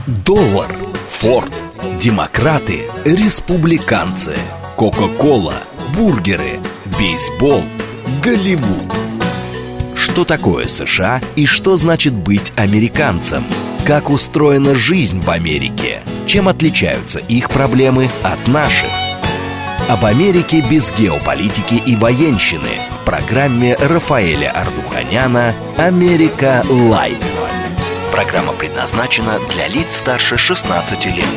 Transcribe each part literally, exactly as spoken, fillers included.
Доллар, Форд, демократы, республиканцы, Кока-кола, бургеры, бейсбол, Голливуд. Что такое США и что значит быть американцем? Как устроена жизнь в Америке? Чем отличаются их проблемы от наших? Об Америке без геополитики и военщины в программе Рафаэля Ардуханяна «Америка Лайт». Программа предназначена для лиц старше шестнадцати лет.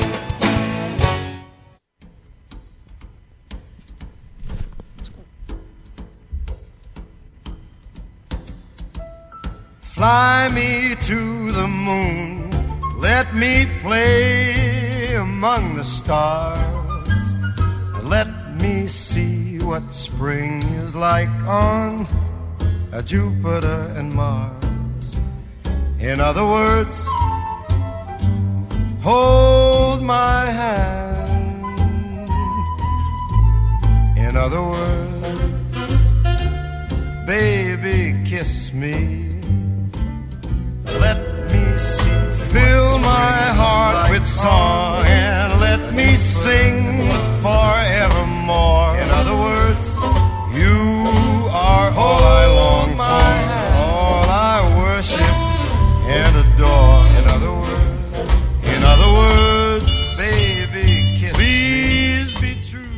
Fly me to the moon, let me play among the stars, let me see what spring is like on Jupiter and Mars. In other words, hold my hand. In other words, baby, kiss me. Let me see, fill my heart with song and let me sing forevermore. In other words, you are all I long for, all I worship and adore. In other words, in other words, baby, kiss, please be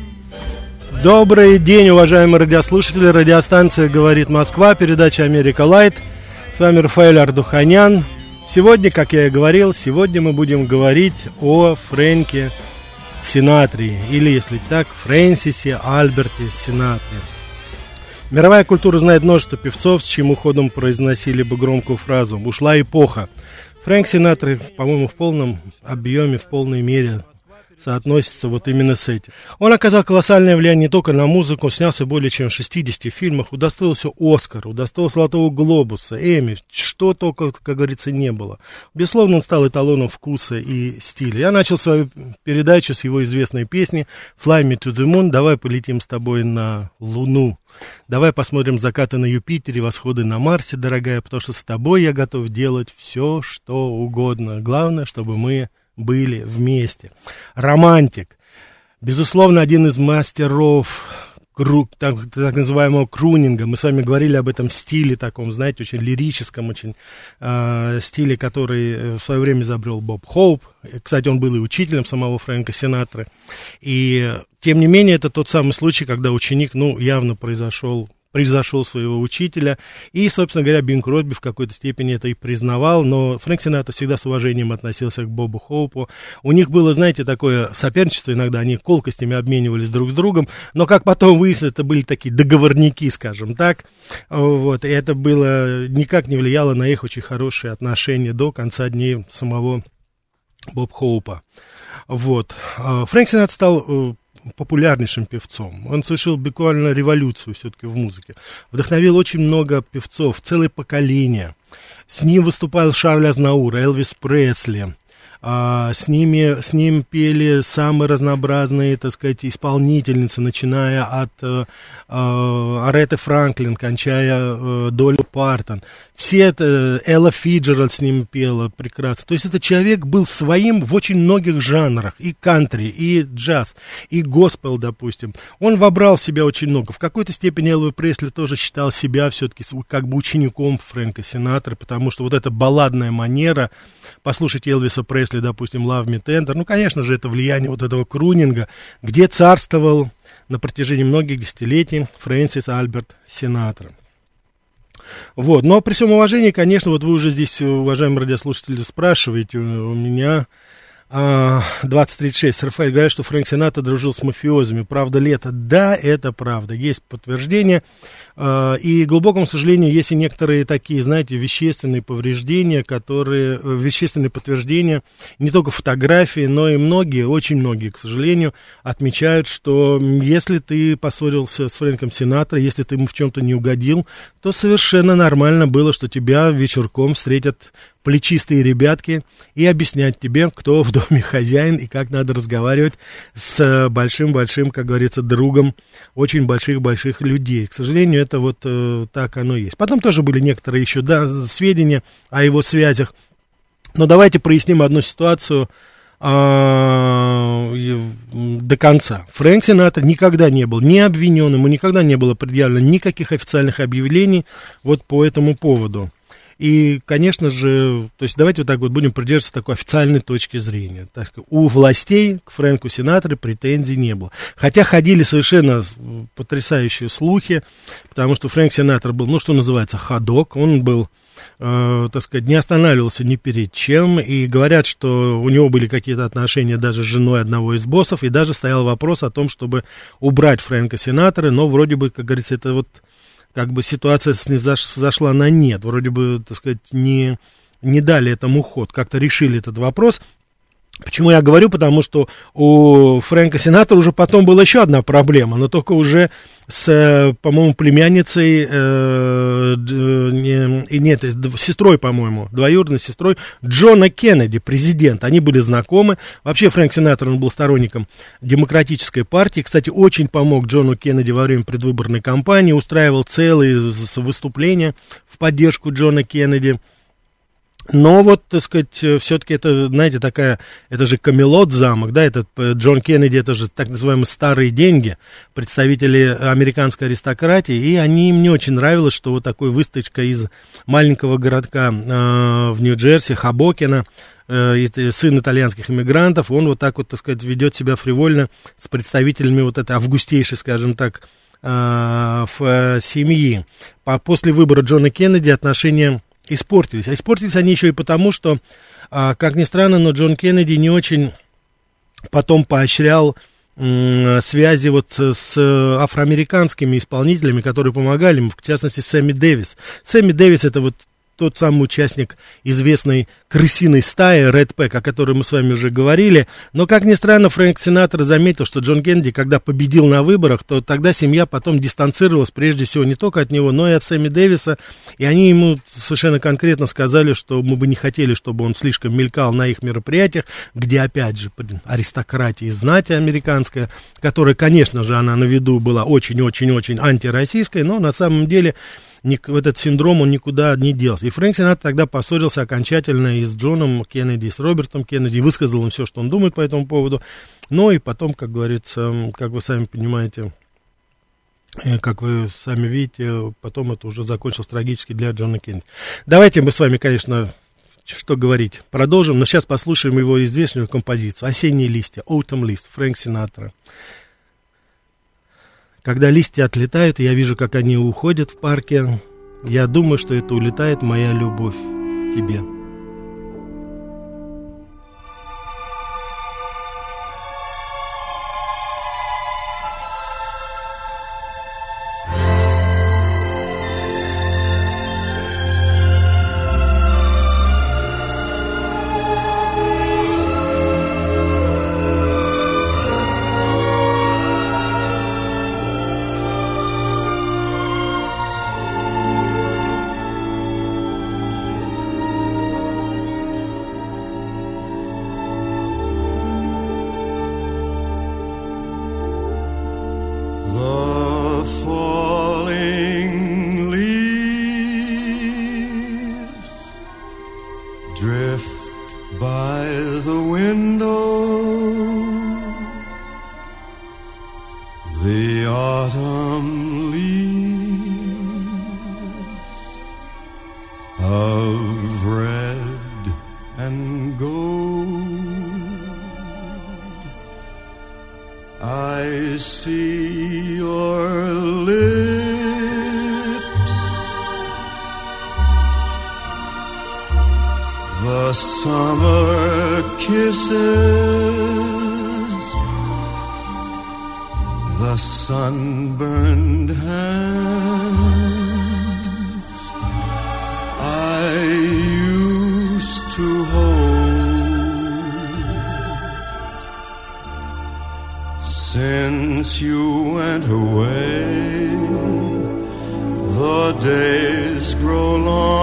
true. Добрый день, уважаемые радиослушатели. Радиостанция «Говорит Москва», передача «Америка Лайт». С вами Рафаэль Ардуханян. Сегодня, как я и говорил, сегодня мы будем говорить о Фрэнке Синатре, или, если так, Фрэнсисе Альберте Синатре. Мировая культура знает множество певцов, с чьим уходом произносили бы громкую фразу «ушла эпоха». Фрэнк Синатра, по-моему, в полном объеме, в полной мере соотносится вот именно с этим. Он оказал колоссальное влияние не только на музыку, снялся более чем в шестидесяти фильмах, удостоился Оскара, удостоился Золотого глобуса, Эмми, что только, как говорится, не было. Безусловно, он стал эталоном вкуса и стиля. Я начал свою передачу с его известной песни «Fly me to the moon», «Давай полетим с тобой на Луну». Давай посмотрим закаты на Юпитере, восходы на Марсе, дорогая, потому что с тобой я готов делать все, что угодно. Главное, чтобы мы были вместе. Романтик. Безусловно, один из мастеров кру, так, так называемого крунинга. Мы с вами говорили об этом стиле таком, знаете, очень лирическом, очень э, стиле, который в свое время изобрел Боб Хоуп. Кстати, он был и учителем самого Фрэнка Синатры. И, тем не менее, это тот самый случай, когда ученик, ну, явно произошел превзошел своего учителя, и, собственно говоря, Бинг Кросби в какой-то степени это и признавал, но Фрэнк Синатра всегда с уважением относился к Бобу Хоупу. У них было, знаете, такое соперничество, иногда они колкостями обменивались друг с другом, но, как потом выяснилось, это были такие договорники, скажем так, вот, и это было, никак не влияло на их очень хорошие отношения до конца дней самого Боб Хоупа. Вот. Фрэнк Синатра стал популярнейшим певцом. Он совершил буквально революцию все-таки в музыке. Вдохновил очень много певцов, целое поколение. С ним выступал Шарль Азнаур, Элвис Пресли. А, с, ними, с ним пели самые разнообразные, так сказать, исполнительницы, начиная от э, э, Аретты Франклин, кончая э, Долли Партон. Все это, Элла Фиджеральд с ним пела прекрасно. То есть этот человек был своим в очень многих жанрах. И кантри, и джаз, и госпел, допустим. Он вобрал в себя очень много. В какой-то степени Элвис Пресли тоже считал себя все-таки как бы учеником Фрэнка Синатры, потому что вот эта балладная манера, послушайте Элвиса Пресли, допустим, Love Me Tender, ну, конечно же, это влияние вот этого крунинга, где царствовал на протяжении многих десятилетий Фрэнсис Альберт Синатра. Вот, но при всем уважении, конечно, вот вы уже здесь, уважаемые радиослушатели, спрашиваете у меня двадцать тридцать шесть. Рафаэль, говорят, что Фрэнк Синатра дружил с мафиозами. Правда ли это? Да, это правда. Есть подтверждение. И, к глубокому сожалению, есть и некоторые такие, знаете, вещественные повреждения, которые, вещественные подтверждения, не только фотографии, но и многие, очень многие, к сожалению, отмечают, что если ты поссорился с Фрэнком Синатра, если ты ему в чем-то не угодил, то совершенно нормально было, что тебя вечерком встретят плечистые ребятки и объяснять тебе, кто в доме хозяин и как надо разговаривать с большим-большим, как говорится, другом очень больших-больших людей. К сожалению, это вот э, так оно есть. Потом тоже были некоторые еще, да, сведения о его связях Но давайте проясним одну ситуацию а, до конца. Фрэнк Синатра никогда не был ни обвинен, ему никогда не было предъявлено никаких официальных объявлений вот по этому поводу. И, конечно же, то есть давайте вот так вот будем придерживаться такой официальной точки зрения. Так, у властей к Фрэнку Синатре претензий не было. Хотя ходили совершенно потрясающие слухи, потому что Фрэнк Синатра был, ну, что называется, ходок, он был, э, так сказать, не останавливался ни перед чем, и говорят, что у него были какие-то отношения даже с женой одного из боссов, и даже стоял вопрос о том, чтобы убрать Фрэнка Синатра, но вроде бы, как говорится, это вот как бы ситуация зашла на нет, вроде бы, так сказать, не, не дали этому ход, как-то решили этот вопрос. Почему я говорю? Потому что у Фрэнка Синатра уже потом была еще одна проблема, но только уже с, по-моему, племянницей, э, не, нет, с сестрой, по-моему, двоюродной сестрой Джона Кеннеди, президент. Они были знакомы. Вообще Фрэнк Синатра, он был сторонником демократической партии. Кстати, очень помог Джону Кеннеди во время предвыборной кампании, устраивал целые выступления в поддержку Джона Кеннеди. Но вот, так сказать, все-таки это, знаете, такая, это же Камелот замок, да, этот Джон Кеннеди, это же так называемые старые деньги, представители американской аристократии, и они, им не очень нравилось, что вот такой выскочка из маленького городка э, в Нью-Джерси, Хобокена, э, сын итальянских иммигрантов, он вот так вот, так сказать, ведет себя фривольно с представителями вот этой августейшей, скажем так, э, в семьи. После выбора Джона Кеннеди отношения испортились. А испортились они еще и потому, что, а, как ни странно, но Джон Кеннеди не очень потом поощрял м, связи вот с афроамериканскими исполнителями, которые помогали ему, в частности, Сэмми Дэвис. Сэмми Дэвис — это вот тот самый участник известной крысиной стаи Red Pack, о которой мы с вами уже говорили. Но, как ни странно, Фрэнк Синатра заметил, что Джон Кеннеди, когда победил на выборах, то тогда семья потом дистанцировалась, прежде всего, не только от него, но и от Сэмми Дэвиса. И они ему совершенно конкретно сказали, что мы бы не хотели, чтобы он слишком мелькал на их мероприятиях, где, опять же, аристократия и знать американская, которая, конечно же, она на виду была очень-очень-очень антироссийской, но на самом деле этот синдром, он никуда не делся. И Фрэнк Синатра тогда поссорился окончательно и с Джоном Кеннеди, и с Робертом Кеннеди, высказал им все, что он думает по этому поводу. Но и потом, как говорится, как вы сами понимаете, как вы сами видите, потом это уже закончилось трагически для Джона Кеннеди. Давайте мы с вами, конечно, что говорить, продолжим, но сейчас послушаем его известную композицию «Осенние листья», «Autumn Leaves», Фрэнк Синатра. Когда листья отлетают, я вижу, как они уходят в парке. Я думаю, что это улетает моя любовь к тебе. Since you went away, the days grow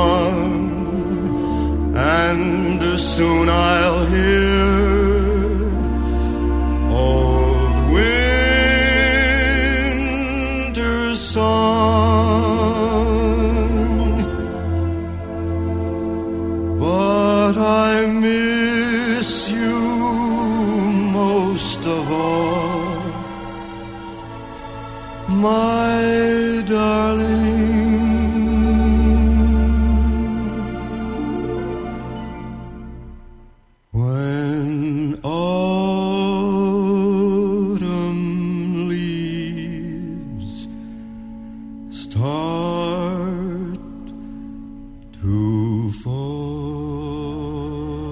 long, and soon I'll hear old winter's song. But I'm miss you most of all, my darling. When autumn leaves start to fall,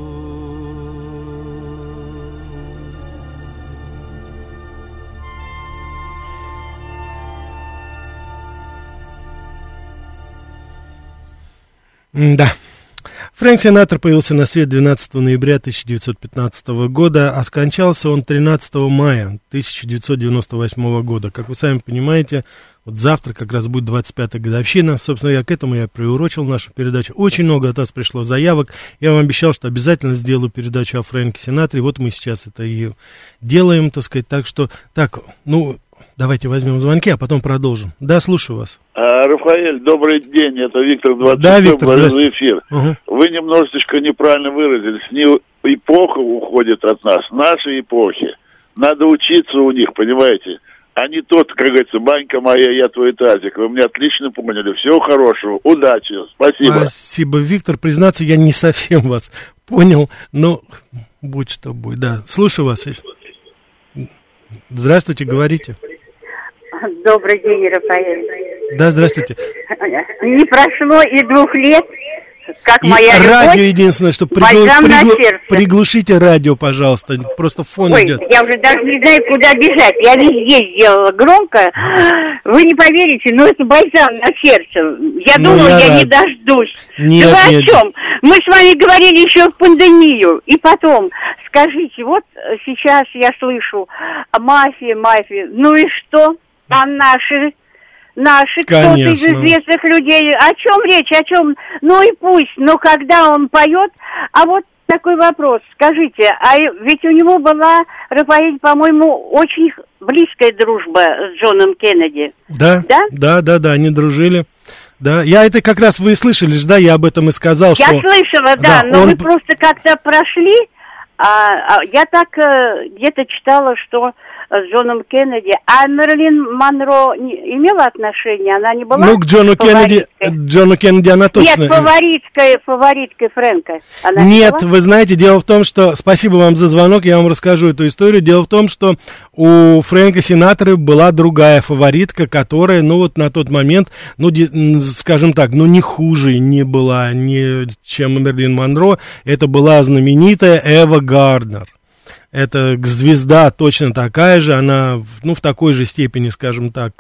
да. Фрэнк Синатра появился на свет двенадцатого ноября тысяча девятьсот пятнадцатого года, а скончался он тринадцатого мая тысяча девятьсот девяносто восьмого года. Как вы сами понимаете, вот завтра как раз будет двадцать пятая годовщина. Собственно, я к этому я приурочил нашу передачу. Очень много от вас пришло заявок. Я вам обещал, что обязательно сделаю передачу о Фрэнке Синатре. Вот мы сейчас это и делаем, так сказать. Так что, так, ну, давайте возьмем звонки, а потом продолжим. Да, слушаю вас. А, Рафаэль, добрый день, это Виктор двадцать Да, Виктор, за эфир. Угу. Вы немножечко неправильно выразились. Не эпоха уходит от нас, наши эпохи. Надо учиться у них, понимаете? А не тот, как говорится, банька моя, я твой тазик. Вы меня отлично поняли. Всего хорошего, удачи, спасибо. Спасибо, Виктор. Признаться, я не совсем вас понял, но будь что будет. Да, слушаю вас. Здравствуйте, говорите. Добрый день, Рафаэль. Да, здравствуйте. Не прошло и двух лет, как и моя радио любовь, единственное, что пригла... пригла... приглушите радио, пожалуйста, просто фон Ой, идет. я уже даже не знаю, куда бежать. Я везде сделала громко. Вы не поверите, но это бальзам на сердце. Я ну, думала, я, я не дождусь. Нет, да вы нет. о чем? Мы с вами говорили еще в пандемию. И потом, скажите, вот сейчас я слышу мафия, мафия. Ну и что? А наши... Наши, кто-то из известных людей. О чем речь, о чем? Ну и пусть, но когда он поет, а вот такой вопрос, скажите, а ведь у него была, Рафаэль, по-моему, очень близкая дружба с Джоном Кеннеди. Да, да, да, да, да, они дружили. Да, я это как раз вы слышали же, да, я об этом и сказал, я что... Я слышала, да, да но он... вы просто как-то прошли, а, а я так а, где-то читала, что... с Джоном Кеннеди. А Мэрилин Монро не имела отношения? Она не была Ну, к Джону Кеннеди, Джону Кеннеди она точно... Нет, фавориткой, фавориткой Фрэнка. Она Нет, не была? Вы знаете, дело в том, что... Спасибо вам за звонок, я вам расскажу эту историю. Дело в том, что у Фрэнка Синатры была другая фаворитка, которая, ну, вот на тот момент, ну, скажем так, ну, не хуже не была, ни, чем Мэрилин Монро. Это была знаменитая Эва Гарднер. Это звезда точно такая же, она, ну, в такой же степени, скажем так,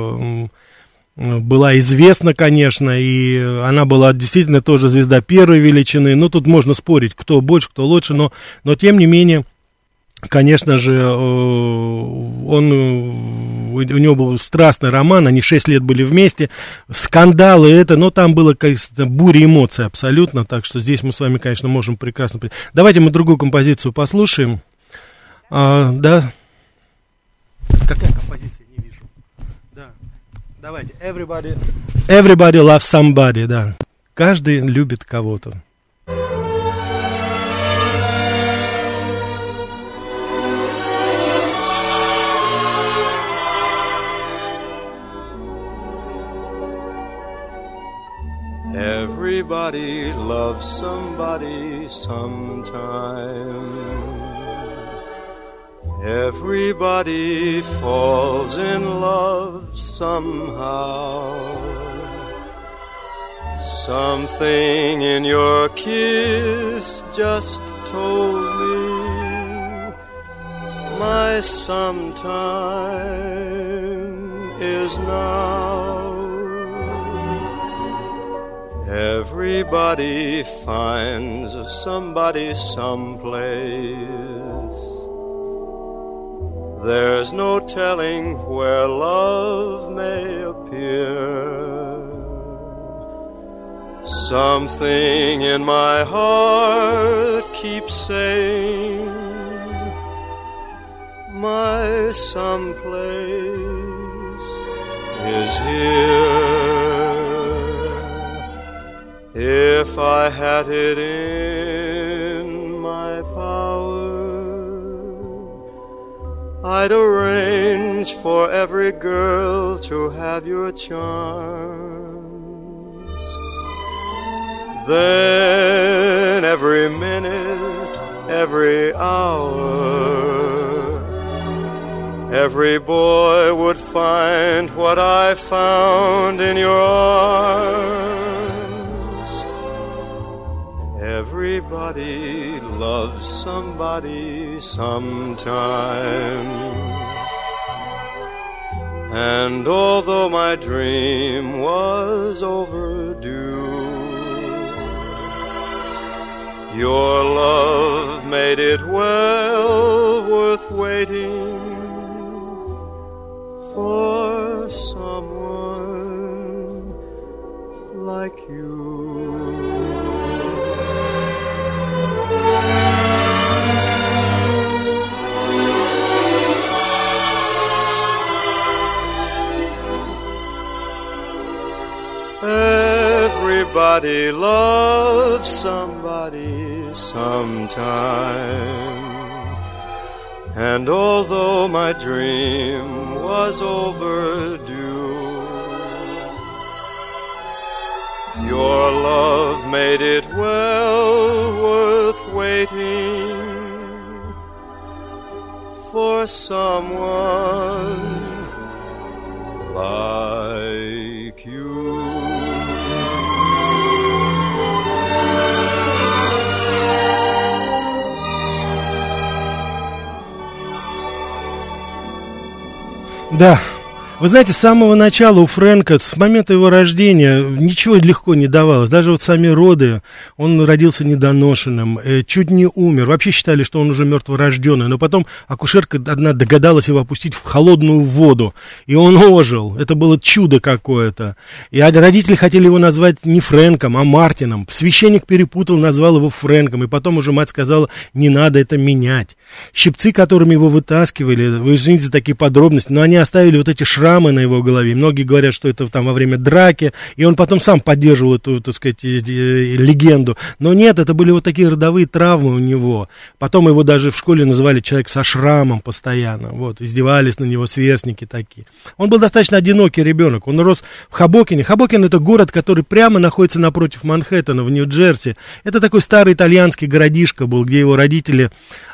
была известна, конечно, и она была действительно тоже звезда первой величины. Ну, тут можно спорить, кто больше, кто лучше, но, но тем не менее, конечно же, он, у него был страстный роман, они шесть лет были вместе, скандалы это, но там было как-то буря эмоций абсолютно, так что здесь мы с вами, конечно, можем прекрасно... Давайте мы другую композицию послушаем. А, да. Какая композиция? Не вижу. Да. Давайте. Everybody, everybody loves somebody, да. Каждый любит кого-то. Everybody loves somebody sometime. Everybody falls in love somehow. Something in your kiss just told me my sometime is now. Everybody finds somebody someplace. There's no telling where love may appear. Something in my heart keeps saying my someplace is here. If I had it in my power, power, I'd arrange for every girl to have your charms. Then every minute, every hour, every boy would find what I found in your arms. Everybody loves somebody sometime. And although my dream was overdue, your love made it well worth waiting for someone like you. Everybody loves somebody sometime. And although my dream was overdue, your love made it well worth waiting for someone like you. Да, вы знаете, с самого начала у Фрэнка, с момента его рождения, ничего легко не давалось. Даже вот сами роды, он родился недоношенным, э, чуть не умер. Вообще считали, что он уже мертворожденный. Но потом акушерка одна догадалась его опустить в холодную воду, и он ожил. Это было чудо какое-то. И родители хотели его назвать не Фрэнком, а Мартином. Священник перепутал, назвал его Фрэнком. И потом уже мать сказала, не надо это менять. Щипцы, которыми его вытаскивали, вы извините за такие подробности, но они оставили вот эти шрамы на его голове. Многие говорят, что это там во время драки, и он потом сам поддерживал эту, так сказать, легенду. Но нет, это были вот такие родовые травмы у него. Потом его даже в школе называли человек со шрамом постоянно. Вот, издевались на него сверстники такие. Он был достаточно одинокий ребенок. Он рос в Хобокине. Хобокин — это город, который прямо находится напротив Манхэттена, в Нью-Джерси. Это такой старый итальянский городишко был, где его родители,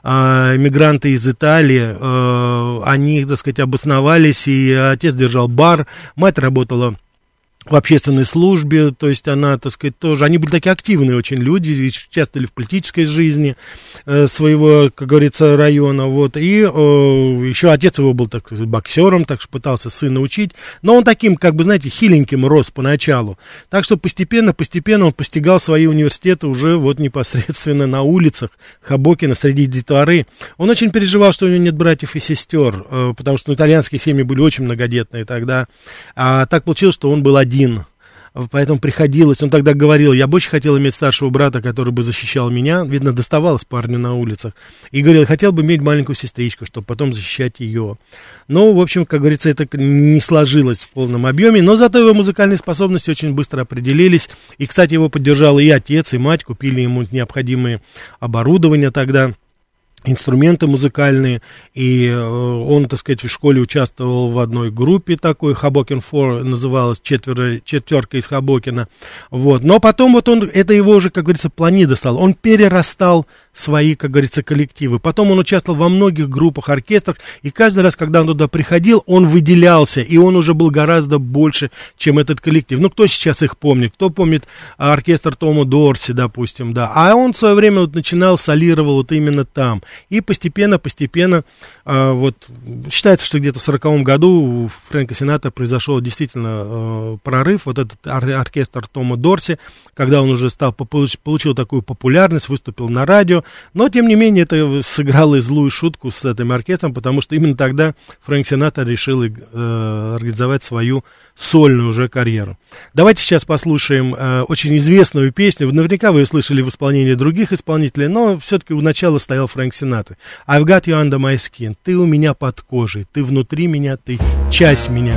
э, эмигранты из Италии, э, они, так сказать, обосновались, и отец держал бар, мать работала в общественной службе, то есть она, так сказать, тоже, они были такие активные очень люди, участвовали в политической жизни э, своего, как говорится, района, вот, и э, еще отец его был, так сказать, боксером, так что пытался сына учить, но он таким, как бы, знаете, хиленьким рос поначалу, так что постепенно, постепенно он постигал свои университеты уже вот непосредственно на улицах Хобокина, среди детворы. Он очень переживал, что у него нет братьев и сестер, э, потому что ну, итальянские семьи были очень многодетные тогда, а так получилось, что он был один. Один. Поэтому приходилось, он тогда говорил, я бы очень хотел иметь старшего брата, который бы защищал меня. Видно, доставалось парню на улицах. И говорил, хотел бы иметь маленькую сестричку, чтобы потом защищать ее. Ну, в общем, как говорится, это не сложилось в полном объеме, но зато его музыкальные способности очень быстро определились. И, кстати, его поддержал и отец, и мать, купили ему необходимые оборудования тогда, инструменты музыкальные, и э, он, так сказать, в школе участвовал в одной группе такой, Хобокин четыре называлась, четверо, четверка из Хобокина, вот, но потом вот он, это его уже, как говорится, планида стала, он перерастал свои, как говорится, коллективы, потом он участвовал во многих группах, оркестрах, и каждый раз, когда он туда приходил, он выделялся, и он уже был гораздо больше, чем этот коллектив. Ну, кто сейчас их помнит? Кто помнит оркестр Тома Дорси, допустим, да, а он в свое время вот начинал, солировал вот именно там. И постепенно, постепенно, э, вот, считается, что где-то в сороковом году у Фрэнка Синатра произошел действительно э, прорыв, вот этот ор- оркестр Тома Дорси, когда он уже стал, получ, получил такую популярность, выступил на радио, но, тем не менее, это сыграло и злую шутку с этим оркестром, потому что именно тогда Фрэнк Синатра решил э, организовать свою сольную уже карьеру. Давайте сейчас послушаем э, очень известную песню, наверняка вы ее слышали в исполнении других исполнителей, но все-таки у начала стоял Фрэнк Синатра. I've got you under my skin. Ты у меня под кожей, ты внутри меня, ты часть меня.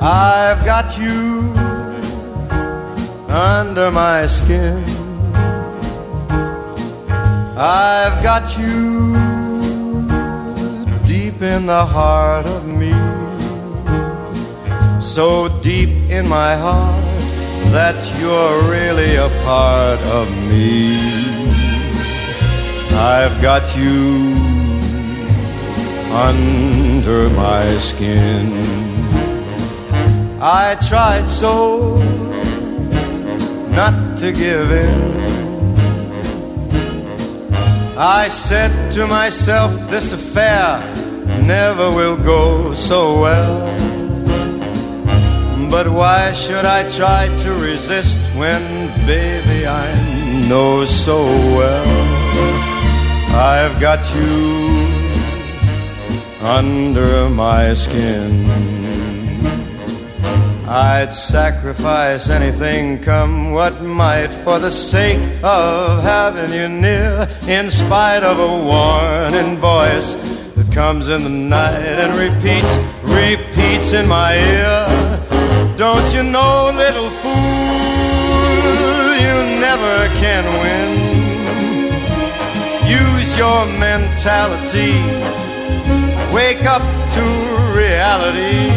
I've got you under my skin. I've got you deep in the heart of me, so deep in my heart that you're really a part of me. I've got you under my skin. I tried so not to give in. I said to myself, this affair never will go so well. But why should I try to resist when, baby, I know so well I've got you under my skin. I'd sacrifice anything, come what might, for the sake of having you near, in spite of a warning voice that comes in the night and repeats, repeats in my ear. Don't you know, little fool, you never can win. Use your mentality, wake up to reality.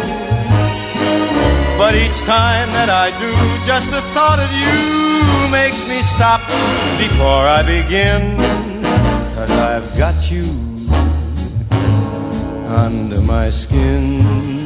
But each time that I do, just the thought of you makes me stop before I begin. 'Cause I've got you under my skin.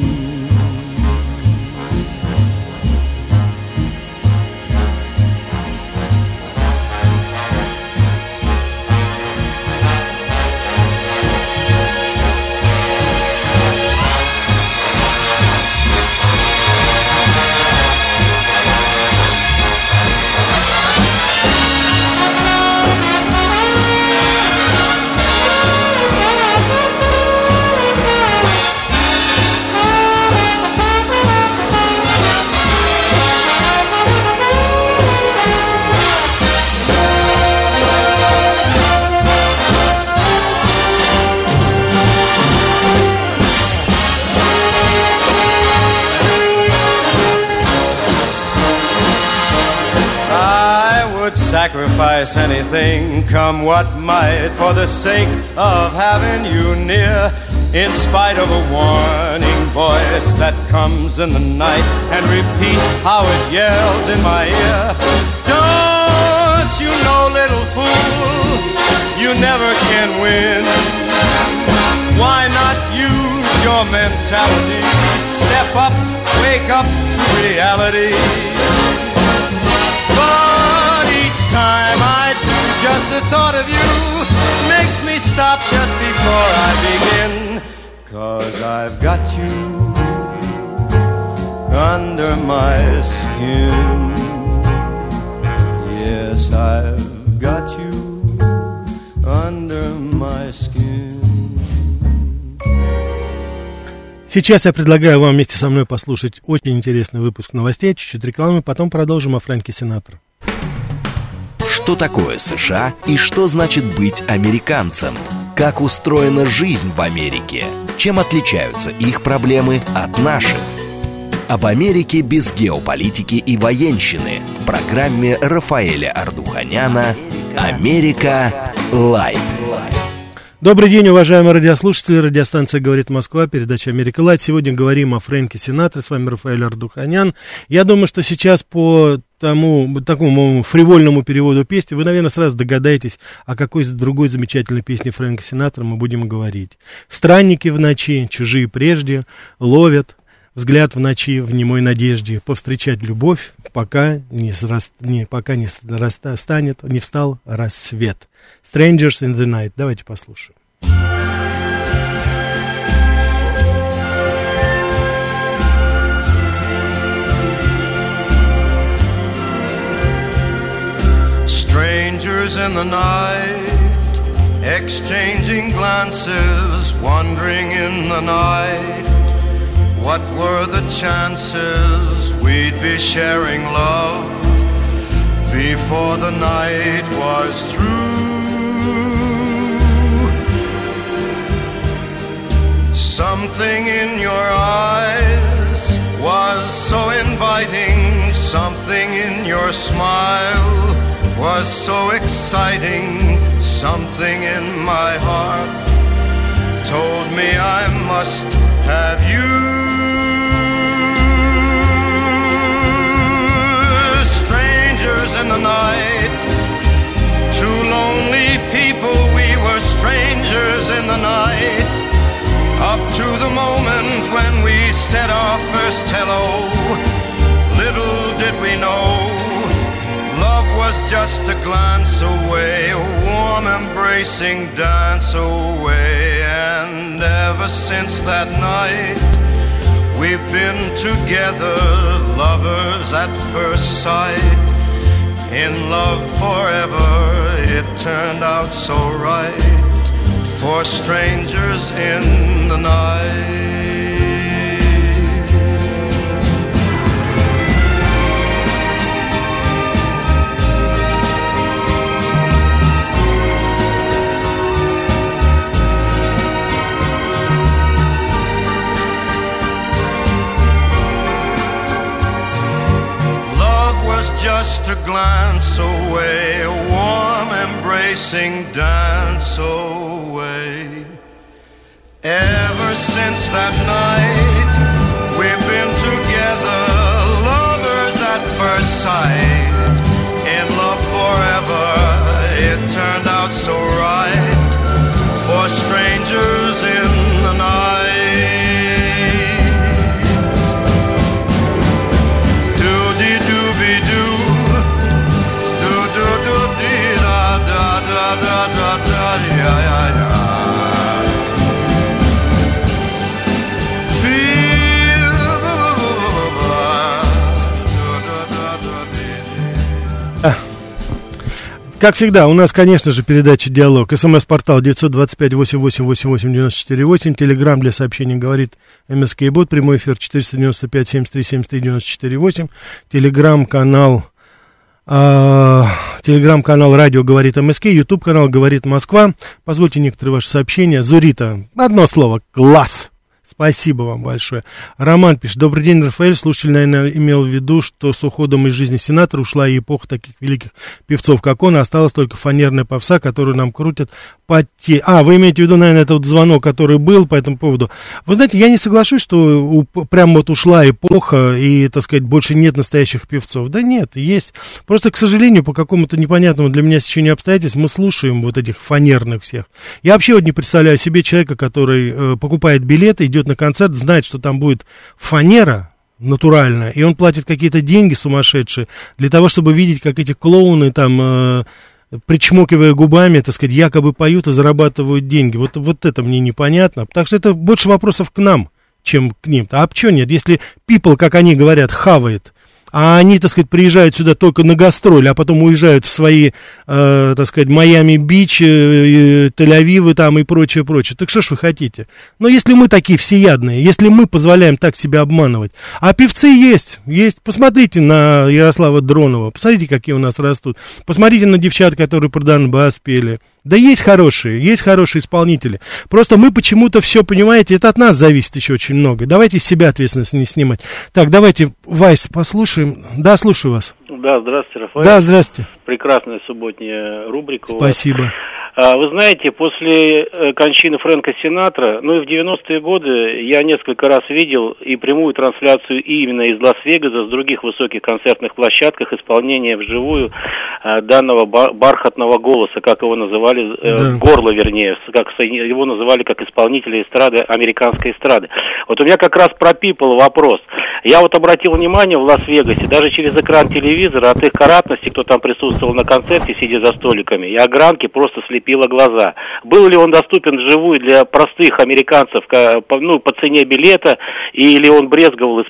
Sacrifice anything, come what might, for the sake of having you near, in spite of a warning voice that comes in the night and repeats how it yells in my ear. Don't you know, little fool, you never can win. Why not use your mentality? Step up, wake up to reality. But each time I do, just the thought of you makes me stop just before I begin. 'Cause I've got you under my skin. Yes, I've got you under my skin. Сейчас я предлагаю вам вместе со мной послушать очень интересный выпуск новостей, чуть-чуть рекламы, потом продолжим о Фрэнке Синатре. Что такое США и что значит быть американцем? Как устроена жизнь в Америке? Чем отличаются их проблемы от наших? Об Америке без геополитики и военщины в программе Рафаэля Ардуханяна «Америка Лайт». Добрый день, уважаемые радиослушатели. Радиостанция «Говорит Москва», передача «Америка Лайт». Сегодня говорим о Фрэнке Синатре. С вами Рафаэль Ардуханян. Я думаю, что сейчас по тому, такому фривольному переводу песни вы, наверное, сразу догадаетесь, о какой другой замечательной песне Фрэнка Синатра мы будем говорить. «Странники в ночи, чужие прежде, ловят взгляд в ночи в немой надежде, повстречать любовь, пока не, сраст, не, пока не раста, станет, не встал рассвет». Strangers in the Night. Давайте послушаем. Strangers in the night, exchanging glances, wandering in the night. What were the chances we'd be sharing love before the night was through? Something in your eyes Her smile was so exciting. Something in my heart told me I must have you. Strangers in the night, two lonely people, we were strangers in the night. Up to the moment when we said our first hello, little did we know, love was just a glance away, a warm embracing dance away. And ever since that night, we've been together, lovers at first sight. In love forever, it turned out so right, for strangers in the night. Just a glance away, a warm embracing dance away. Ever since that night, we've been together, lovers at first sight. In love forever, it turned out so right, for strangers in the night. Как всегда, у нас, конечно же, передача «Диалог». СМС-портал девять два пять восемь восемь восемь восемь девять четыре восемь. Телеграм для сообщений говорит МСК-бот. Прямой эфир четыреста девяносто пять семьдесят три семьдесят три девяносто четыре восемь. Телеграм-канал... Uh, телеграм-канал «Радио говорит МСК», ютуб-канал «Говорит Москва». Позвольте некоторые ваши сообщения. Зурита, одно слово, класс. Спасибо вам большое. Роман пишет: добрый день, Рафаэль. Слушатель, наверное, имел в виду, что с уходом из жизни сенатора ушла и эпоха таких великих певцов, как он, и осталась только фанерная попса, которую нам крутят по те... А, вы имеете в виду, наверное, это вот звонок, который был по этому поводу. Вы знаете, я не соглашусь, что у... прям вот ушла эпоха, и, так сказать, больше нет настоящих певцов. Да нет, есть. Просто, к сожалению, по какому-то непонятному для меня стечению обстоятельств мы слушаем вот этих фанерных всех. Я вообще вот не представляю себе человека, который э, покупает билеты, идет на концерт, знает, что там будет фанера натуральная, и он платит какие-то деньги сумасшедшие для того, чтобы видеть, как эти клоуны там, э, причмокивая губами, так сказать, якобы поют и зарабатывают деньги. Вот, вот это мне непонятно. Так что это больше вопросов к нам, чем к ним. А почему нет? Если people, как они говорят, хавает, а они, так сказать, приезжают сюда только на гастроли, а потом уезжают в свои, э, так сказать, Майами-Бич, э, Тель-Авивы там и прочее, прочее. Так что ж вы хотите? Но если мы такие всеядные, если мы позволяем так себя обманывать, а певцы есть, есть, посмотрите на Ярослава Дронова, посмотрите, какие у нас растут, посмотрите на девчат, которые про Донбасс пели. Да есть хорошие, есть хорошие исполнители. Просто мы почему-то все, понимаете, это от нас зависит еще очень много. Давайте с себя ответственность не снимать. Так, давайте, Вайс, послушаем. Да, слушаю вас. Да, здравствуйте, Рафаэль. Да, здравствуйте. Прекрасная субботняя рубрика. Спасибо. Вы знаете, после кончины Фрэнка Синатра, ну и в девяностые годы я несколько раз видел и прямую трансляцию именно из Лас-Вегаса, с других высоких концертных площадках, исполнения вживую данного бархатного голоса, как его называли, да. Горло, вернее, как его называли как исполнителя эстрады, американской эстрады. Вот у меня как раз про People вопрос. Я вот обратил внимание в Лас-Вегасе, даже через экран телевизора, от их каратности, кто там присутствовал на концерте, сидя за столиками, и огранки просто слепили пила глаза. Был ли он доступен вживую для простых американцев, ну, по цене билета, или он брезговал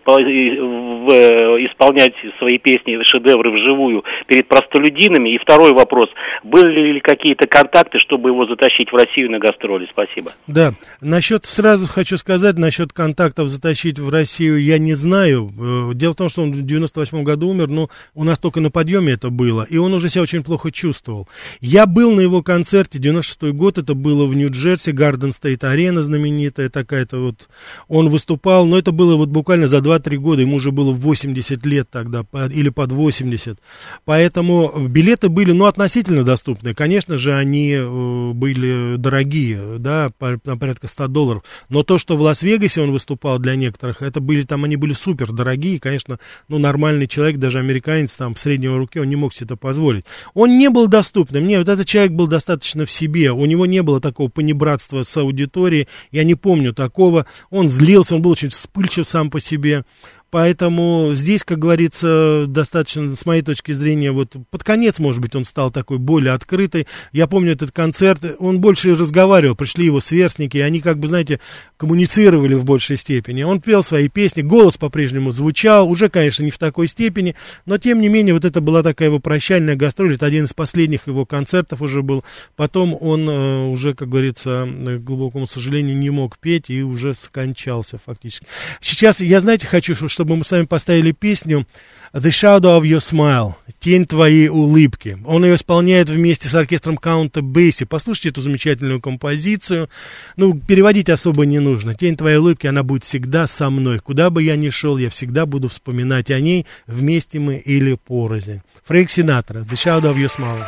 исполнять свои песни, шедевры вживую перед простолюдинами? И второй вопрос: были ли какие-то контакты, чтобы его затащить в Россию на гастроли? Спасибо. Да, насчет, сразу хочу сказать, насчет контактов затащить в Россию я не знаю. Дело в том, что он в девяносто восьмом году умер, но у нас только на подъеме это было, и он уже себя очень плохо чувствовал. Я был на его концерте, девяносто шестой год, это было в Нью-Джерси, Гарден Стейт Арена знаменитая такая-то вот, он выступал, но это было вот буквально за два-три года, ему уже было было в восемьдесят лет тогда, или под восемьдесят. Поэтому билеты были, ну, относительно доступны. Конечно же, они были дорогие, да, на порядка ста долларов. Но то, что в Лас-Вегасе он выступал для некоторых, это были, там они были супер дорогие. Конечно, ну, нормальный человек, даже американец, там, среднего руки, он не мог себе это позволить. Он не был доступным. Нет, вот этот человек был достаточно в себе. У него не было такого понебратства с аудиторией. Я не помню такого. Он злился, он был очень вспыльчив сам по себе. Поэтому здесь, как говорится, достаточно, с моей точки зрения, вот под конец, может быть, он стал такой более открытый. Я помню этот концерт, он больше разговаривал, пришли его сверстники, и они, как бы, знаете, коммуницировали в большей степени. Он пел свои песни, голос по-прежнему звучал, уже, конечно, не в такой степени, но, тем не менее, вот это была такая его прощальная гастроль, это один из последних его концертов уже был. Потом он э, уже, как говорится, к глубокому сожалению, не мог петь и уже скончался фактически. Сейчас я, знаете, хочу, чтобы чтобы мы с вами поставили песню «The Shadow of Your Smile», «Тень твоей улыбки». Он ее исполняет вместе с оркестром Каунта Бейси. Послушайте эту замечательную композицию. Ну, переводить особо не нужно. «Тень твоей улыбки», она будет всегда со мной. Куда бы я ни шел, я всегда буду вспоминать о ней, вместе мы или порознь. Фрэнк Синатра, «The Shadow of Your Smile».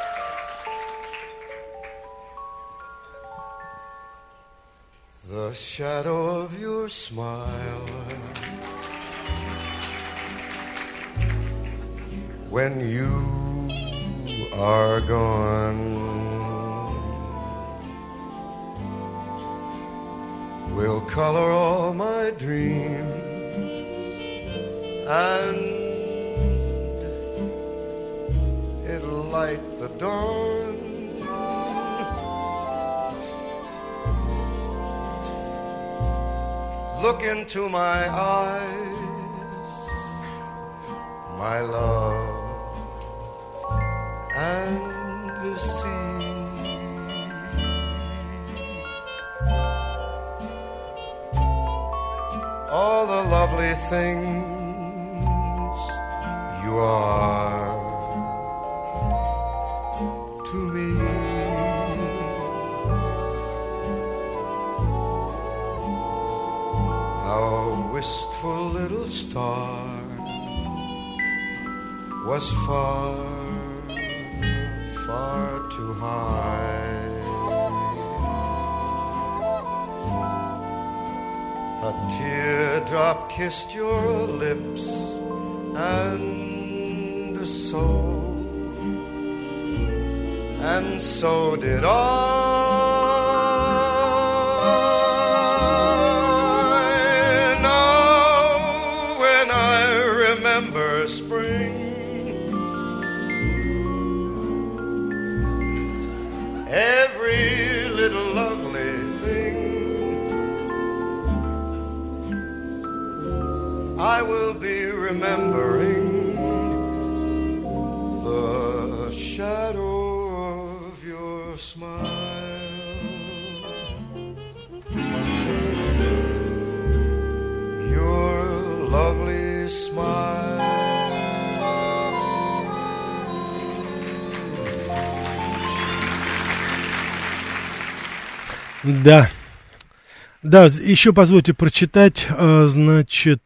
The shadow of your smile, when you are gone, will color all my dreams and it'll light the dawn. Look into my eyes, my love, and the sea. All the lovely things you are to me. Our wistful little star was far, far too high. A teardrop kissed your lips, and so, and so did I. Remember spring, every little lovely thing, I will be remembering the shadow of your smile, your lovely smile. Да, да, еще позвольте прочитать, значит,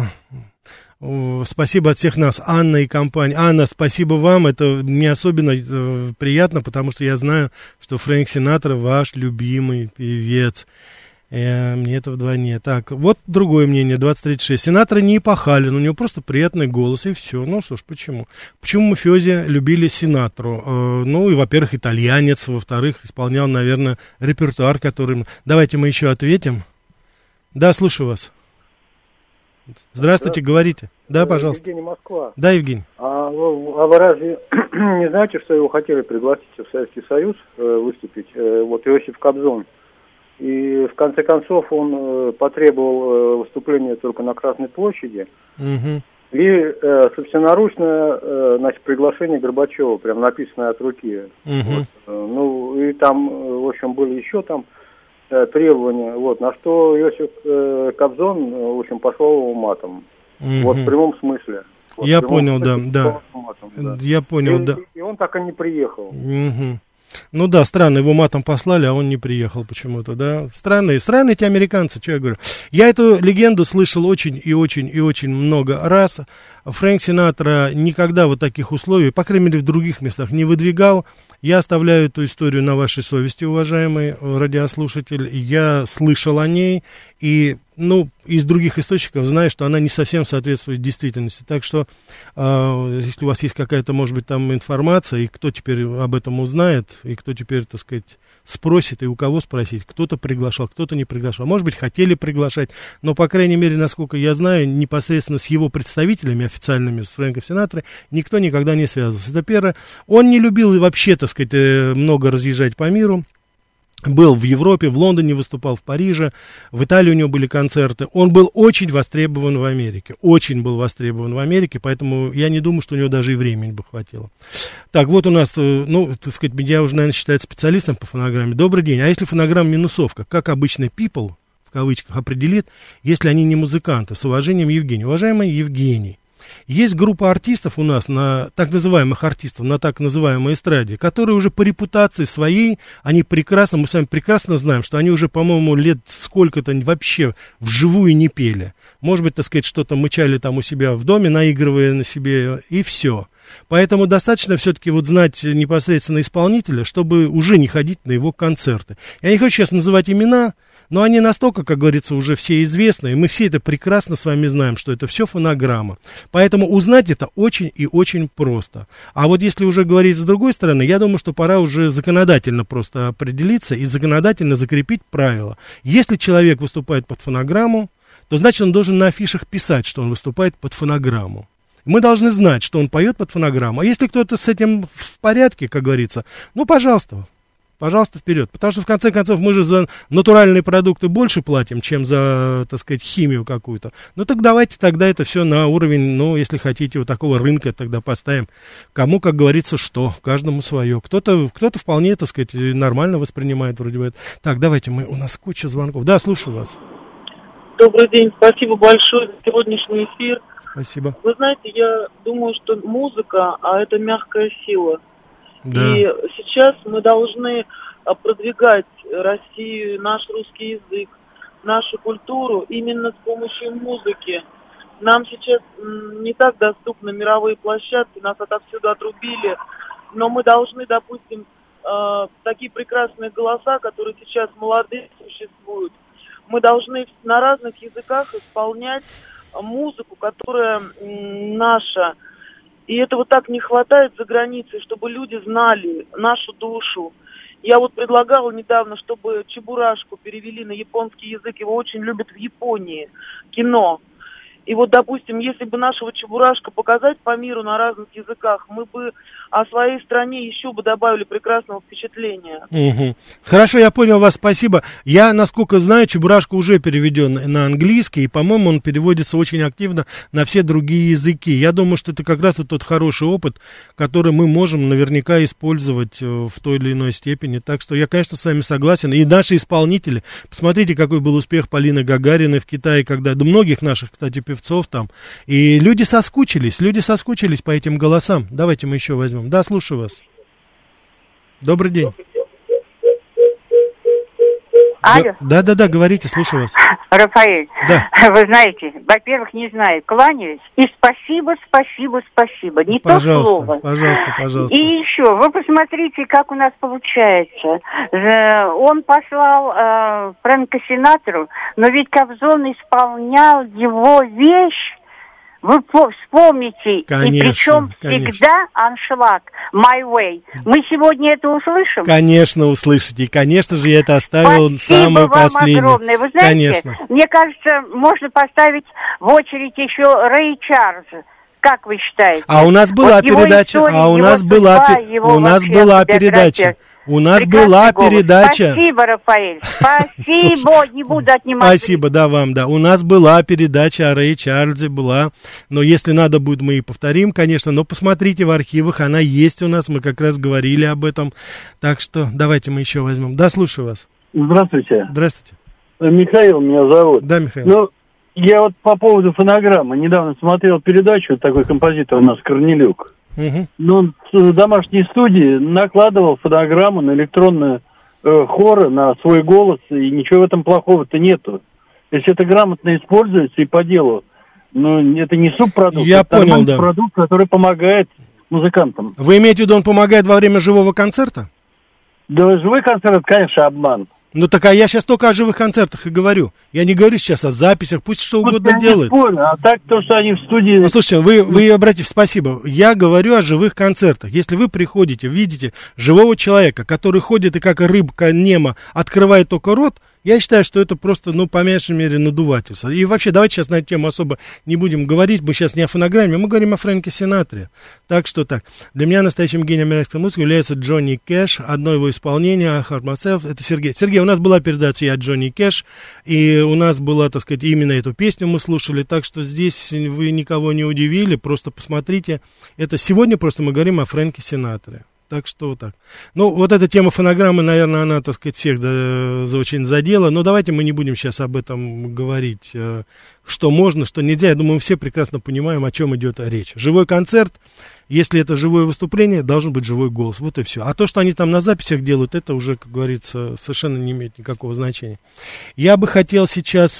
спасибо от всех нас, Анна и компания. Анна, спасибо вам, это мне особенно приятно, потому что я знаю, что Фрэнк Синатра ваш любимый певец. Э, мне это вдвойне. Так, вот другое мнение, двадцать тридцать шесть. Синатра не эпохален, у него просто приятный голос, и все. Ну что ж, почему? Почему мафиози любили Синатру? Э, ну, и, во-первых, итальянец, во-вторых, исполнял, наверное, репертуар, который... Давайте мы еще ответим. Да, слушаю вас. Здравствуйте, говорите. Да, пожалуйста. Евгений, Москва. Да, Евгений. А, а вы разве не знаете, что его хотели пригласить в Советский Союз э, выступить? Э, вот Иосиф Кобзон. И в конце концов он э, потребовал э, выступления только на Красной площади. Угу. И э, собственноручно э, значит, приглашение Горбачева, прям написанное от руки. Угу. Вот. Ну и там, в общем, были еще там э, требования. Вот, на что Иосиф э, Кобзон, в общем, послал его матом. Угу. Вот в прямом смысле. Вот, Я в прямом понял, смысле, да, да. матом, да. Я понял, и, да. И он так и не приехал. Угу. Ну да, странно, его матом послали, а он не приехал почему-то, да. Странные, странные эти американцы, что я говорю. Я эту легенду слышал очень и очень и очень много раз. Фрэнк Синатра никогда вот таких условий, по крайней мере в других местах, не выдвигал. Я оставляю эту историю на вашей совести, уважаемый радиослушатель. Я слышал о ней и, ну, из других источников знаю, что она не совсем соответствует действительности. Так что, э, если у вас есть какая-то, может быть, там информация, и кто теперь об этом узнает, и кто теперь, так сказать, спросит, и у кого спросить, кто-то приглашал, кто-то не приглашал. Может быть, хотели приглашать, но, по крайней мере, насколько я знаю, непосредственно с его представителями официальными, с Фрэнком Синатрой, никто никогда не связывался. Это первое. Он не любил вообще, так сказать, много разъезжать по миру. Был в Европе, в Лондоне выступал, в Париже, в Италии у него были концерты. Он был очень востребован в Америке, очень был востребован в Америке, поэтому я не думаю, что у него даже и времени бы хватило. Так, вот у нас, ну, так сказать, меня уже, наверное, считают специалистом по фонограмме. Добрый день. А если фонограмма минусовка, как обычно people, в кавычках, определит, если они не музыканты? С уважением, Евгений. Уважаемый Евгений. Есть группа артистов у нас, на так называемых артистов, на так называемой эстраде, которые уже по репутации своей, они прекрасно, мы с вами прекрасно знаем, что они уже, по-моему, лет сколько-то вообще вживую не пели. Может быть, так сказать, что-то мычали там у себя в доме, наигрывая на себе, и все. Поэтому достаточно все-таки вот знать непосредственно исполнителя, чтобы уже не ходить на его концерты. Я не хочу сейчас называть имена, но они настолько, как говорится, уже все известны, и мы все это прекрасно с вами знаем, что это все фонограмма. Поэтому узнать это очень и очень просто. А вот если уже говорить с другой стороны, я думаю, что пора уже законодательно просто определиться и законодательно закрепить правила. Если человек выступает под фонограмму, то значит он должен на афишах писать, что он выступает под фонограмму. Мы должны знать, что он поет под фонограмму. А если кто-то с этим в порядке, как говорится, ну, пожалуйста, пожалуйста, вперед. Потому что, в конце концов, мы же за натуральные продукты больше платим, чем за, так сказать, химию какую-то. Ну, так давайте тогда это все на уровень, ну, если хотите, вот такого рынка тогда поставим. Кому, как говорится, что? Каждому свое. Кто-то, кто-то вполне, так сказать, нормально воспринимает вроде бы это. Так, давайте, мы, у нас куча звонков. Да, слушаю вас. Добрый день, спасибо большое за сегодняшний эфир. Спасибо. Вы знаете, я думаю, что музыка, а это мягкая сила. Да. И сейчас мы должны продвигать Россию, наш русский язык, нашу культуру именно с помощью музыки. Нам сейчас не так доступны мировые площадки, нас отовсюду отрубили, но мы должны, допустим, такие прекрасные голоса, которые сейчас молодые существуют, мы должны на разных языках исполнять музыку, которая наша. И этого так не хватает за границей, чтобы люди знали нашу душу. Я вот предлагала недавно, чтобы Чебурашку перевели на японский язык. Его очень любят в Японии, кино. И вот, допустим, если бы нашего Чебурашка показать по миру на разных языках, мы бы о своей стране еще бы добавили прекрасного впечатления. Угу. Хорошо, я понял вас, спасибо. Я, насколько знаю, Чебурашка уже переведен на английский, и, по-моему, он переводится очень активно на все другие языки. Я думаю, что это как раз вот тот хороший опыт, который мы можем наверняка использовать в той или иной степени. Так что я, конечно, с вами согласен. И наши исполнители, посмотрите, какой был успех Полины Гагариной в Китае, когда, да многих наших, кстати, певцов там. И люди соскучились, люди соскучились по этим голосам. Давайте мы еще возьмем. Да, слушаю вас. Добрый день. Алло. Да, да, да, говорите, слушаю вас. Рафаэль, да. Вы знаете, во-первых, не знаю, кланяюсь. И спасибо, спасибо, спасибо. Не пожалуйста, то слово. Пожалуйста, пожалуйста. И еще, вы посмотрите, как у нас получается. Он послал э, Фрэнка Синатру, но ведь Кобзон исполнял его вещь. Вы вспомните, конечно, и причем конечно. Всегда аншлаг, my way. Мы сегодня это услышим? Конечно, услышите. И, конечно же, я это оставил Спасибо самое вам последнее. Огромное. Вы знаете, конечно. Мне кажется, можно поставить в очередь еще Рэй Чарльза. Как вы считаете? А у нас была вот передача, история, а у нас была, судьба, у нас была передача. У нас Прекрасный была голос. передача. Спасибо, Рафаэль. Спасибо, не буду отнимать. Спасибо, да, вам, да. У нас была передача о Рэе Чарльзе, была. Но если надо будет, мы и повторим, конечно. Но посмотрите в архивах, она есть у нас. Мы как раз говорили об этом. Так что давайте мы еще возьмем. Да, слушаю вас. Здравствуйте. Здравствуйте. Михаил меня зовут. Да, Михаил. Ну, я вот по поводу фонограммы недавно смотрел передачу, такой композитор у нас Корнелюк. Угу. но он с домашней студии накладывал фонограмму на электронные э, хоры, на свой голос, и ничего в этом плохого-то нету. Если это грамотно используется и по делу, но это не субпродукт, Я это понял, да. продукт, который помогает музыкантам. Вы имеете в виду, он помогает во время живого концерта? Да, живой концерт, конечно, обман. Ну так а я сейчас только о живых концертах и говорю. Я не говорю сейчас о записях, пусть что Вот угодно я делают. Не спорю, а так то, что они в студии... Ну, слушайте, вы, вы обратите, спасибо. Я говорю о живых концертах. Если вы приходите, видите живого человека, который ходит и как рыбка Немо открывает только рот, я считаю, что это просто, ну, по меньшей мере, надувательство. И вообще, давайте сейчас на эту тему особо не будем говорить. Мы сейчас не о фонограмме, мы говорим о Фрэнке Синатре. Так что так. Для меня настоящим гением американской музыки является Джонни Кэш. Одно его изполнение, I Hurt Myself, это Сергей. Сергей, у нас была передача «Я Джонни Кэш», и у нас была, так сказать, именно эту песню мы слушали. Так что здесь вы никого не удивили. Просто посмотрите. Это сегодня просто мы говорим о Фрэнке Синатре. Так что вот так. Ну, вот эта тема фонограммы, наверное, она, так сказать, всех за, за очень задела. Но давайте мы не будем сейчас об этом говорить, что можно, что нельзя. Я думаю, мы все прекрасно понимаем, о чем идет речь. Живой концерт, если это живое выступление, должен быть живой голос. Вот и все. А то, что они там на записях делают, это уже, как говорится, совершенно не имеет никакого значения. Я бы хотел сейчас,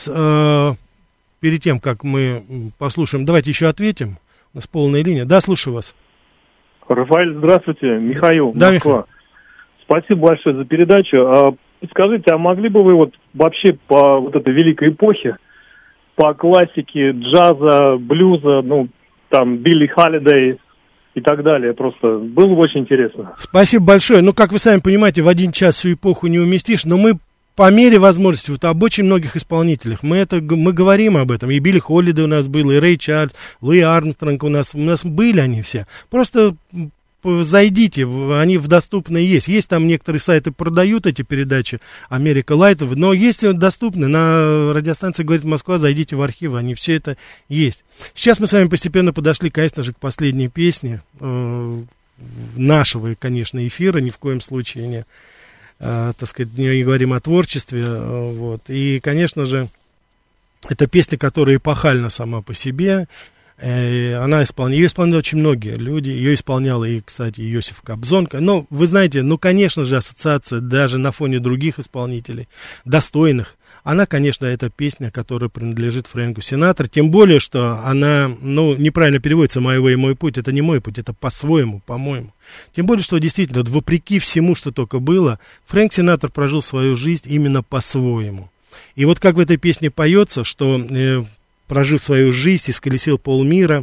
перед тем, как мы послушаем, давайте еще ответим. У нас полная линия. Да, слушаю вас. Рафаэль, здравствуйте. Михаил, да, Москва. Михаил. Спасибо большое за передачу. А, скажите, а могли бы вы вот вообще по вот этой великой эпохе, по классике джаза, блюза, ну, там, Билли Холидей и так далее, просто было бы очень интересно. Спасибо большое. Ну, как вы сами понимаете, в один час всю эпоху не уместишь, но мы по мере возможности, вот об очень многих исполнителях, мы, это, мы говорим об этом. И Билли Холидей у нас был, и Рэй Чарльз, Луи Армстронг у нас, у нас были они все. Просто зайдите, они в доступные есть. Есть там некоторые сайты продают эти передачи Америка Лайт, но если доступны на радиостанции «Говорит Москва», зайдите в архивы, они все это есть. Сейчас мы с вами постепенно подошли, конечно же, к последней песне э, нашего, конечно, эфира, ни в коем случае не... Uh, так сказать, не говорим о творчестве, uh, вот, и, конечно же, это песня, которая эпохальна сама по себе, э, она исполняла, ее исполняли очень многие люди, ее исполнял и, кстати, Иосиф Кобзон, но, вы знаете, ну, конечно же, ассоциация даже на фоне других исполнителей, достойных, она, конечно, это песня, которая принадлежит Фрэнку Синатре, тем более, что она, ну, неправильно переводится «My way», «Мой путь», это не мой путь, это по-своему, по-моему. Тем более, что действительно, вопреки всему, что только было, Фрэнк Синатра прожил свою жизнь именно по-своему. И вот как в этой песне поется, что, э, прожив свою жизнь, исколесил полмира,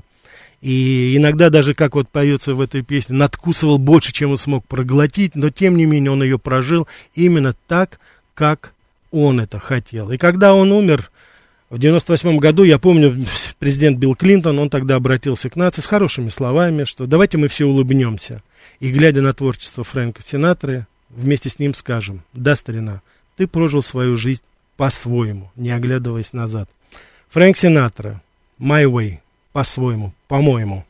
и иногда даже, как вот поется в этой песне, надкусывал больше, чем он смог проглотить, но тем не менее он ее прожил именно так, как он это хотел. И когда он умер в девяносто восьмом году, я помню, президент Билл Клинтон, он тогда обратился к нации с хорошими словами, что давайте мы все улыбнемся. И, глядя на творчество Фрэнка Синатры, вместе с ним скажем: да, старина, ты прожил свою жизнь по-своему, не оглядываясь назад. Фрэнк Синатра, My Way, по-своему, по-моему.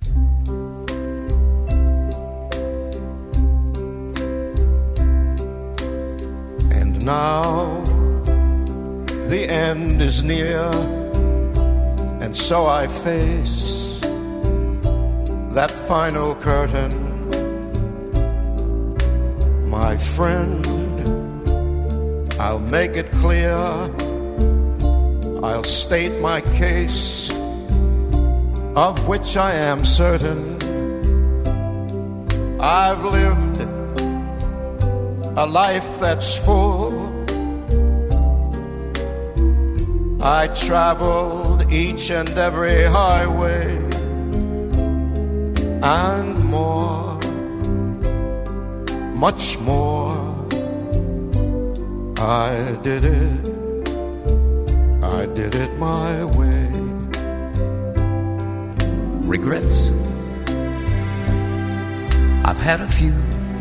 Now the end is near, and so I face that final curtain. My friend, I'll make it clear, I'll state my case, of which I am certain. I've lived a life that's full. I traveled each and every highway and more, much more. I did it, I did it my way. Regrets, I've had a few,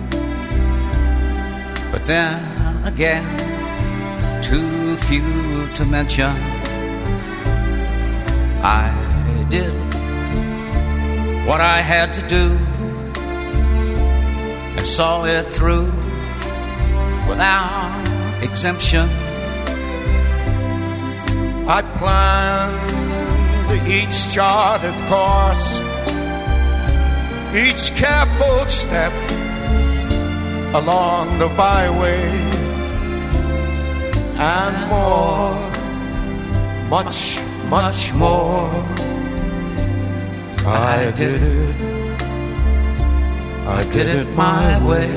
but then again, too few to mention. I did what I had to do and saw it through without exemption. I planned each charted course each careful step along the byway, and more, much, much more. I did it, I did it my way.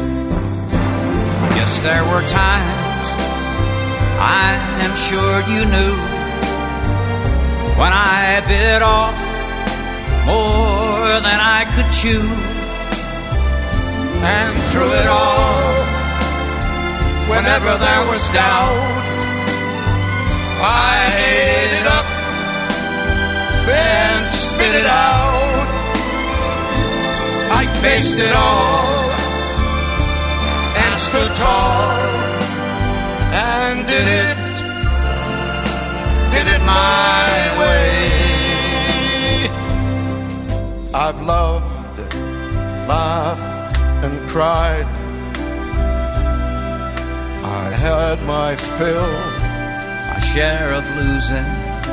Yes, there were times, I am sure you knew, when I bit off more than I could chew. And through it all, whenever there was doubt, I ate it up, then spit it out. I faced it all and stood tall and did it, did it my way. I've loved, laughed, and cried. I had my fill, my share of losing.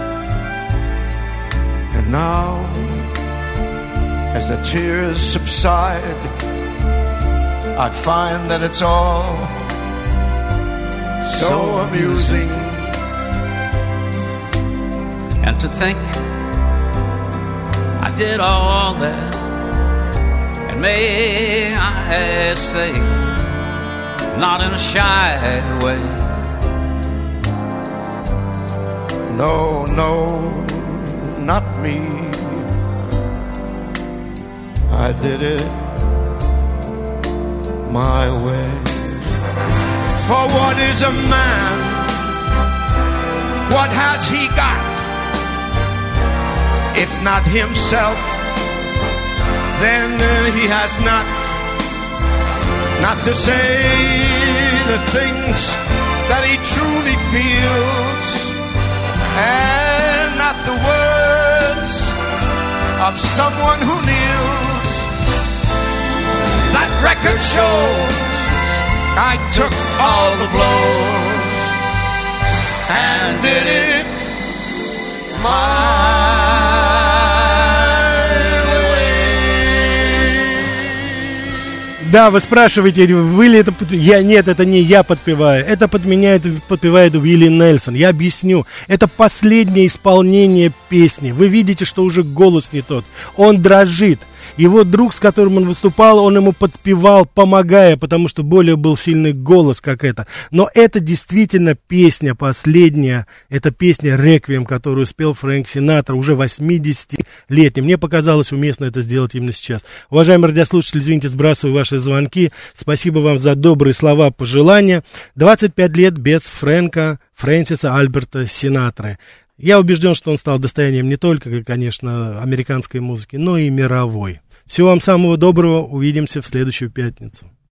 And now, as the tears subside, I find that it's all so amusing. And to think I did all that, and may I say, not in a shy way. No, no, not me. I did it my way. For what is a man? What has he got? If not himself, then he has not, not to say the things that he truly feels, and not the words of someone who kneels. That record shows I took all the blows and did it my. Да, вы спрашиваете, вы ли это... Я, нет, это не я подпеваю. Это подменяет, подпевает Уилли Нельсон. Я объясню. Это последнее исполнение песни. Вы видите, что уже голос не тот. Он дрожит. Его друг, с которым он выступал, он ему подпевал, помогая, потому что более был сильный голос, как это. Но это действительно песня последняя. Это песня «Реквием», которую спел Фрэнк Синатра уже восьмидесятилетний. Мне показалось уместно это сделать именно сейчас. Уважаемые радиослушатели, извините, сбрасываю ваши звонки. Спасибо вам за добрые слова, пожелания. двадцать пять лет без Фрэнка Фрэнсиса Альберта Синатры. Я убежден, что он стал достоянием не только, конечно, американской музыки, но и мировой. Всего вам самого доброго. Увидимся в следующую пятницу.